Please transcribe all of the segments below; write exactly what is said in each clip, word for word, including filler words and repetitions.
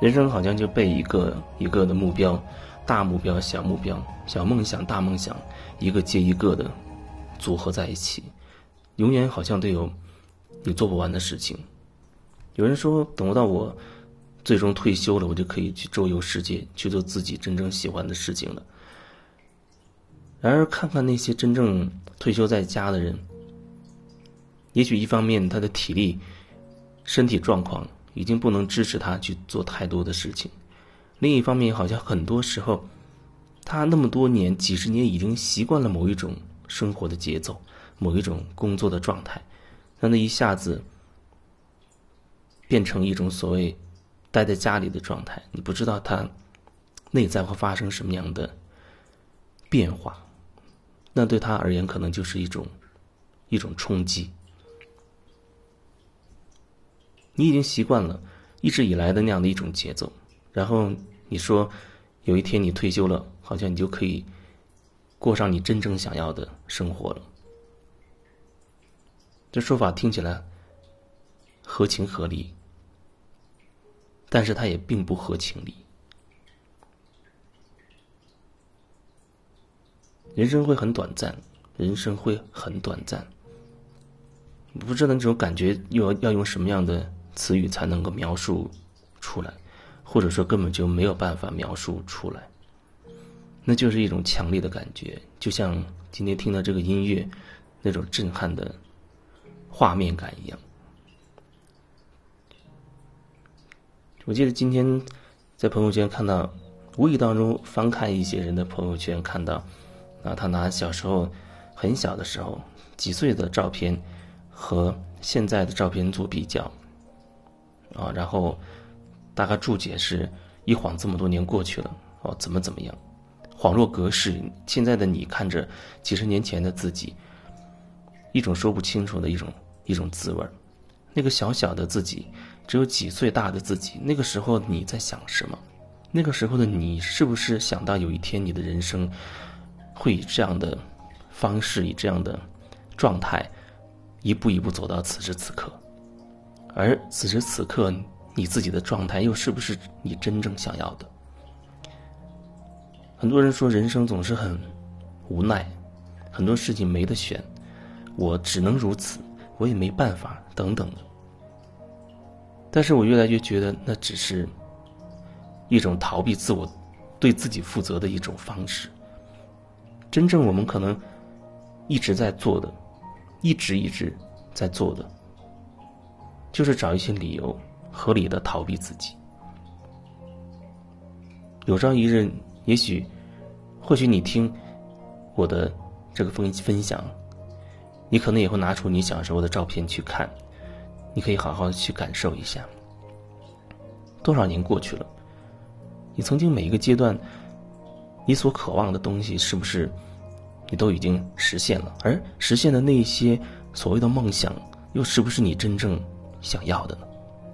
人生好像就被一个一个的目标，大目标、小目标、小梦想、大梦想，一个接一个的组合在一起，永远好像都有你做不完的事情。有人说，等不到我最终退休了，我就可以去周游世界，去做自己真正喜欢的事情了。然而看看那些真正退休在家的人，也许一方面他的体力、身体状况已经不能支持他去做太多的事情，另一方面好像很多时候他那么多年几十年已经习惯了某一种生活的节奏，某一种工作的状态，让他一下子变成一种所谓待在家里的状态，你不知道他内在会发生什么样的变化，那对他而言可能就是一种一种冲击。你已经习惯了一直以来的那样的一种节奏，然后你说有一天你退休了，好像你就可以过上你真正想要的生活了。这说法听起来合情合理，但是它也并不合情理。人生会很短暂，人生会很短暂。不知道那种感觉又要要用什么样的词语才能够描述出来，或者说根本就没有办法描述出来。那就是一种强烈的感觉，就像今天听到这个音乐那种震撼的画面感一样。我记得今天在朋友圈看到，无意当中翻看一些人的朋友圈，看到啊，他拿小时候很小的时候几岁的照片和现在的照片做比较啊，然后大概注解是一晃这么多年过去了哦，怎么怎么样，恍若隔世。现在的你看着几十年前的自己，一种说不清楚的一种一种滋味。那个小小的自己，只有几岁大的自己，那个时候你在想什么？那个时候的你是不是想到有一天你的人生会以这样的方式，以这样的状态一步一步走到此时此刻？而此时此刻你自己的状态又是不是你真正想要的？很多人说人生总是很无奈，很多事情没得选，我只能如此，我也没办法等等的。但是我越来越觉得那只是一种逃避自我对自己负责的一种方式。真正我们可能一直在做的，一直一直在做的，就是找一些理由合理的逃避自己。有朝一日，也许或许你听我的这个分分享，你可能也会拿出你小时候的照片去看，你可以好好的去感受一下。多少年过去了，你曾经每一个阶段你所渴望的东西是不是你都已经实现了？而实现的那一些所谓的梦想，又是不是你真正想要的呢？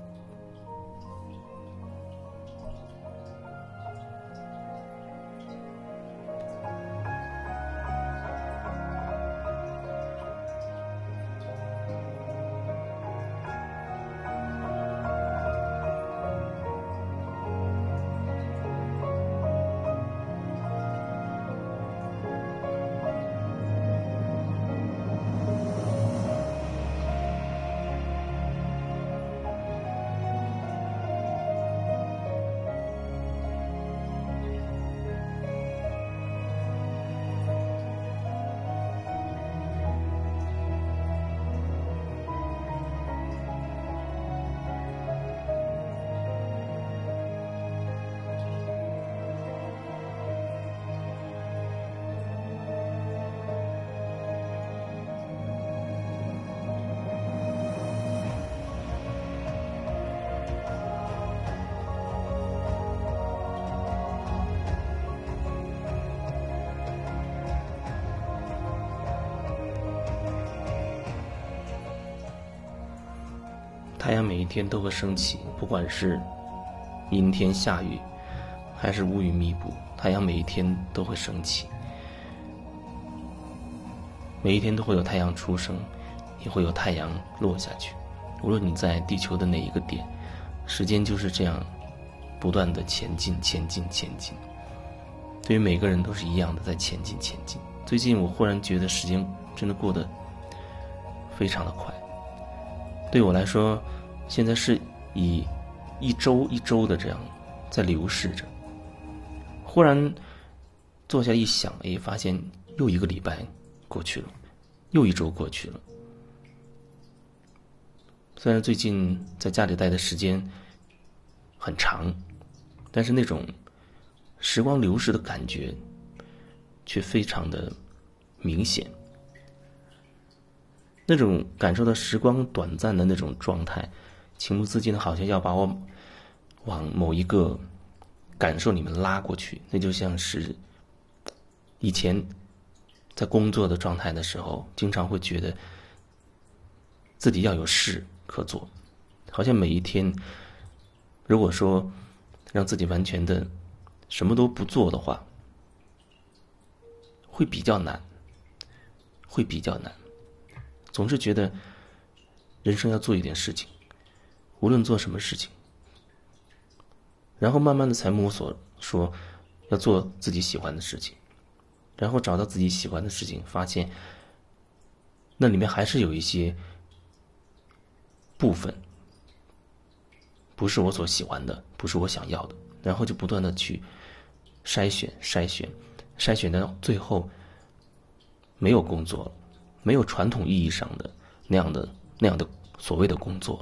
太阳每一天都会升起，不管是阴天下雨还是乌云密布，太阳每一天都会升起，每一天都会有太阳出生，也会有太阳落下去。无论你在地球的哪一个点，时间就是这样不断的前进前进前进。对于每个人都是一样的，在前进前进。最近我忽然觉得时间真的过得非常的快，对我来说现在是以一周一周的这样在流逝着。忽然坐下一想，哎，发现又一个礼拜过去了，又一周过去了。虽然最近在家里待的时间很长，但是那种时光流逝的感觉却非常的明显。那种感受到时光短暂的那种状态，情不自禁的好像要把我往某一个感受里面拉过去。那就像是以前在工作的状态的时候，经常会觉得自己要有事可做，好像每一天如果说让自己完全的什么都不做的话，会比较难，会比较难。总是觉得人生要做一点事情，无论做什么事情，然后慢慢的才摸索说要做自己喜欢的事情，然后找到自己喜欢的事情，发现那里面还是有一些部分不是我所喜欢的，不是我想要的，然后就不断的去筛选筛选筛选到最后没有工作了，没有传统意义上的那样的那样的所谓的工作了。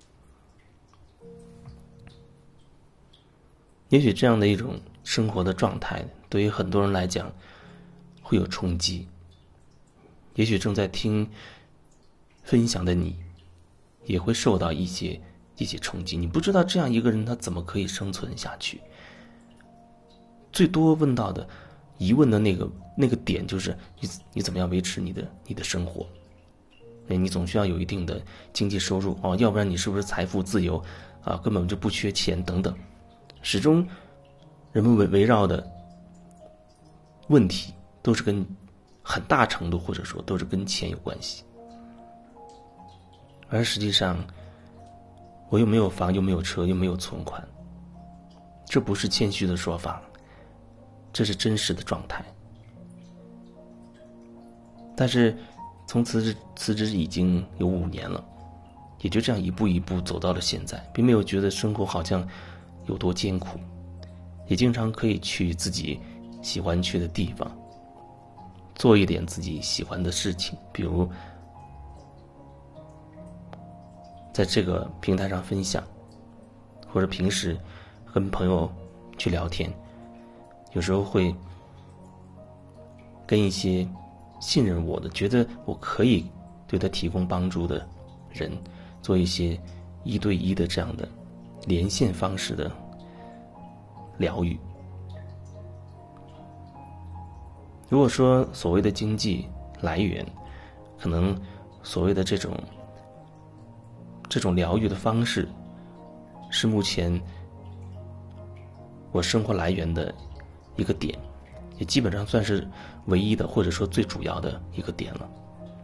也许这样的一种生活的状态对于很多人来讲会有冲击，也许正在听分享的你也会受到一些一些冲击。你不知道这样一个人他怎么可以生存下去。最多问到的疑问的那个那个点就是你你怎么样维持你的你的生活？你总需要有一定的经济收入哦，要不然你是不是财富自由啊？根本就不缺钱等等。始终人们围围绕的问题都是跟很大程度或者说都是跟钱有关系。而实际上我又没有房，又没有车，又没有存款，这不是谦虚的说法，这是真实的状态。但是从辞职辞职已经有五年了，也就这样一步一步走到了现在，并没有觉得生活好像有多艰苦，也经常可以去自己喜欢去的地方，做一点自己喜欢的事情，比如在这个平台上分享，或者平时跟朋友去聊天，有时候会跟一些信任我的，觉得我可以对他提供帮助的人做一些一对一的这样的连线方式的疗愈。如果说所谓的经济来源，可能所谓的这种这种疗愈的方式是目前我生活来源的一个点，也基本上算是唯一的或者说最主要的一个点了。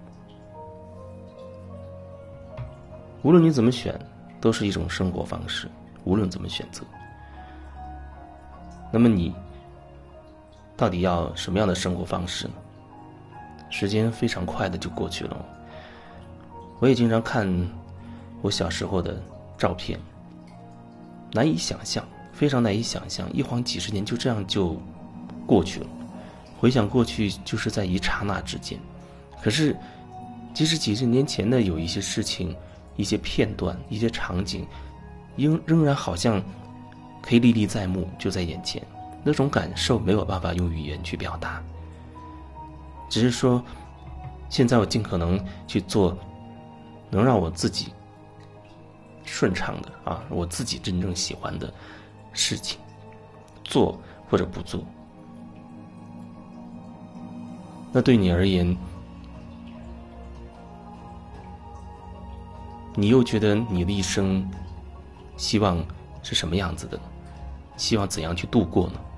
无论你怎么选，都是一种生活方式，无论怎么选择。那么你到底要什么样的生活方式呢？时间非常快的就过去了。我也经常看我小时候的照片，难以想象，非常难以想象，一晃几十年就这样就过去了。回想过去，就是在一刹那之间。可是即使几十年前的有一些事情，一些片段，一些场景，仍仍然好像可以历历在目，就在眼前。那种感受没有办法用语言去表达，只是说现在我尽可能去做能让我自己顺畅的啊，我自己真正喜欢的事情，做或者不做。那对你而言，你又觉得你的一生希望是什么样子的？希望怎样去度过呢？